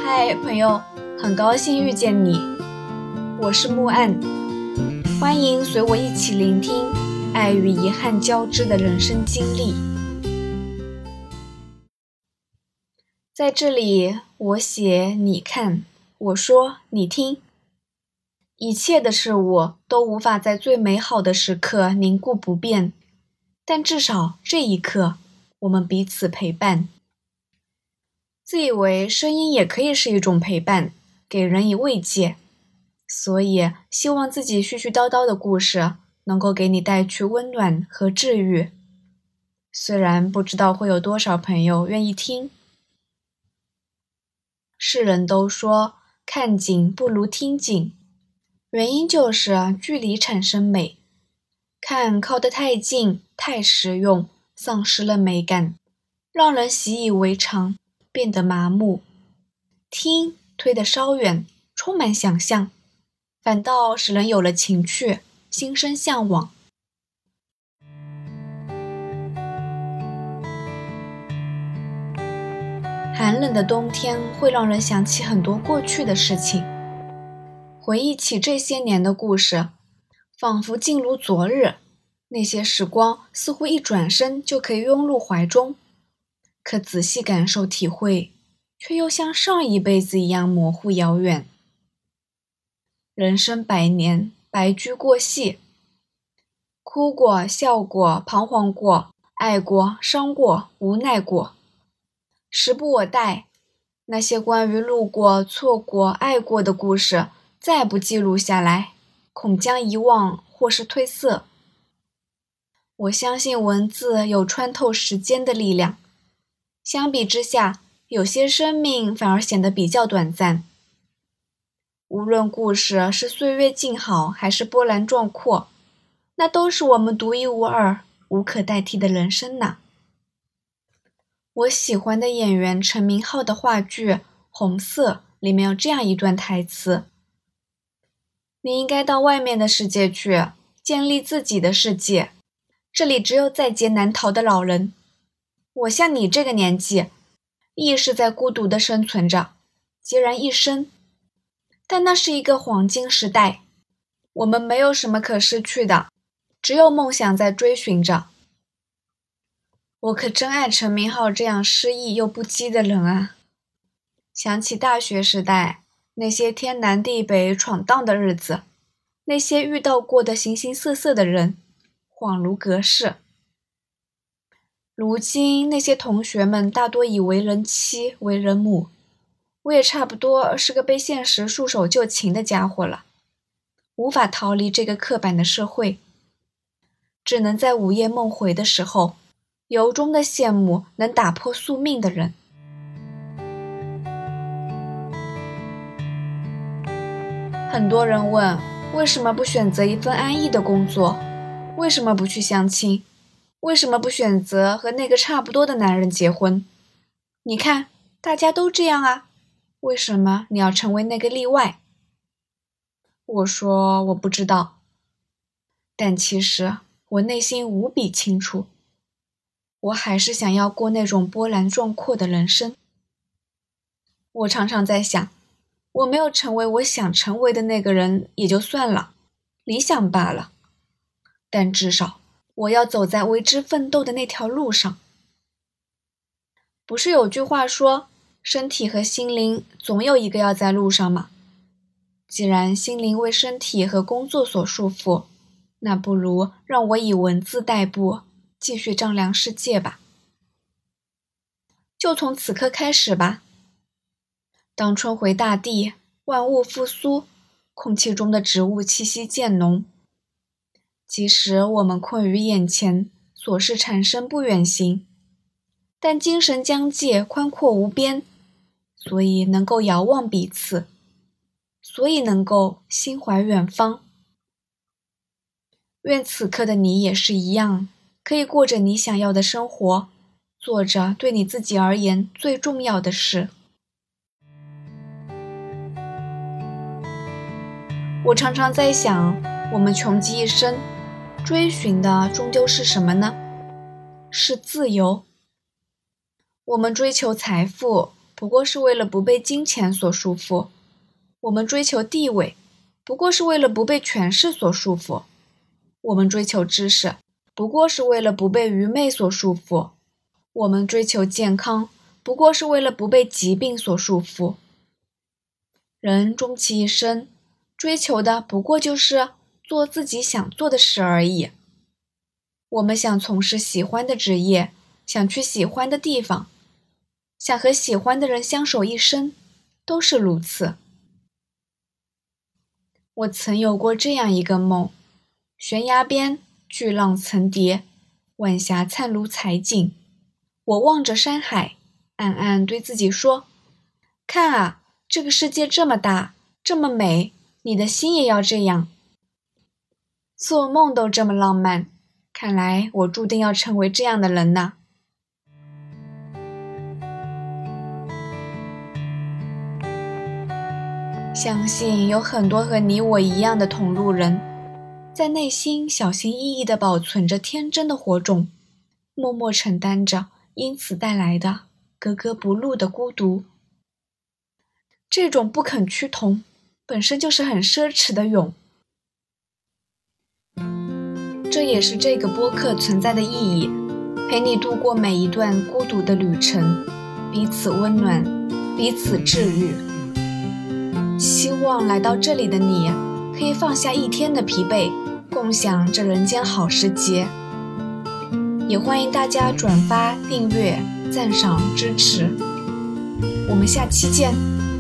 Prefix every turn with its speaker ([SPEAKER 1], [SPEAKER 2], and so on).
[SPEAKER 1] 嗨，朋友，很高兴遇见你，我是木岸，欢迎随我一起聆听爱与遗憾交织的人生经历。在这里，我写你看，我说你听，一切的事物都无法在最美好的时刻凝固不变，但至少这一刻，我们彼此陪伴。自以为声音也可以是一种陪伴，给人以慰藉，所以希望自己絮絮叨叨的故事能够给你带去温暖和治愈。虽然不知道会有多少朋友愿意听。世人都说看景不如听景，原因就是距离产生美。看靠得太近，太实用，丧失了美感，让人习以为常，变得麻木。听推得稍远，充满想象，反倒使人有了情趣，心生向往。寒冷的冬天会让人想起很多过去的事情，回忆起这些年的故事，仿佛进入昨日，那些时光似乎一转身就可以拥入怀中，可仔细感受体会，却又像上一辈子一样模糊遥远。人生百年，白驹过隙，哭过，笑过，彷徨过，爱过，伤过，无奈过。时不我待，那些关于路过、错过、爱过的故事，再不记录下来，恐将遗忘或是褪色。我相信文字有穿透时间的力量，相比之下，有些生命反而显得比较短暂。无论故事是岁月静好还是波澜壮阔，那都是我们独一无二、无可代替的人生呢。我喜欢的演员陈明昊的话剧《红色》里面有这样一段台词：你应该到外面的世界去，建立自己的世界，这里只有在劫难逃的老人。我像你这个年纪，亦是在孤独地生存着，孑然一身。但那是一个黄金时代，我们没有什么可失去的，只有梦想在追寻着。我可真爱陈明昊这样诗意又不羁的人啊！想起大学时代，那些天南地北闯荡的日子，那些遇到过的形形色色的人，恍如隔世。如今那些同学们大多已为人妻、为人母，我也差不多是个被现实束手就擒的家伙了，无法逃离这个刻板的社会，只能在午夜梦回的时候，由衷的羡慕能打破宿命的人。很多人问，为什么不选择一份安逸的工作？为什么不去相亲？为什么不选择和那个差不多的男人结婚？你看，大家都这样啊，为什么你要成为那个例外？我说我不知道，但其实我内心无比清楚，我还是想要过那种波澜壮阔的人生。我常常在想，我没有成为我想成为的那个人也就算了，理想罢了，但至少我要走在为之奋斗的那条路上。不是有句话说，身体和心灵总有一个要在路上吗？既然心灵为身体和工作所束缚，那不如让我以文字代步，继续丈量世界吧。就从此刻开始吧。当春回大地，万物复苏，空气中的植物气息渐浓。即使我们困于眼前，琐事缠身不远行，但精神疆界宽阔无边，所以能够遥望彼此，所以能够心怀远方。愿此刻的你也是一样，可以过着你想要的生活，做着对你自己而言最重要的事。我常常在想，我们穷极一生，追寻的终究是什么呢？是自由。我们追求财富， 不过是为了不被金钱所束缚；我们追求地位，不过是为了不被权势所束缚；我们追求知识，不过是为了不被愚昧所束缚；我们追求健康，不过是为了不被疾病所束缚。人终其一生，追求的不过就是做自己想做的事而已。我们想从事喜欢的职业，想去喜欢的地方，想和喜欢的人相守一生，都是如此。我曾有过这样一个梦：悬崖边巨浪层叠，晚霞灿如彩锦。我望着山海，暗暗对自己说：看啊，这个世界这么大，这么美，你的心也要这样。做梦都这么浪漫，看来我注定要成为这样的人呐。相信有很多和你我一样的同路人，在内心小心翼翼地保存着天真的火种，默默承担着因此带来的格格不入的孤独。这种不肯趋同，本身就是很奢侈的勇。这也是这个播客存在的意义，陪你度过每一段孤独的旅程，彼此温暖，彼此治愈。希望来到这里的你，可以放下一天的疲惫，共享这人间好时节。也欢迎大家转发、订阅、赞赏、支持。我们下期见。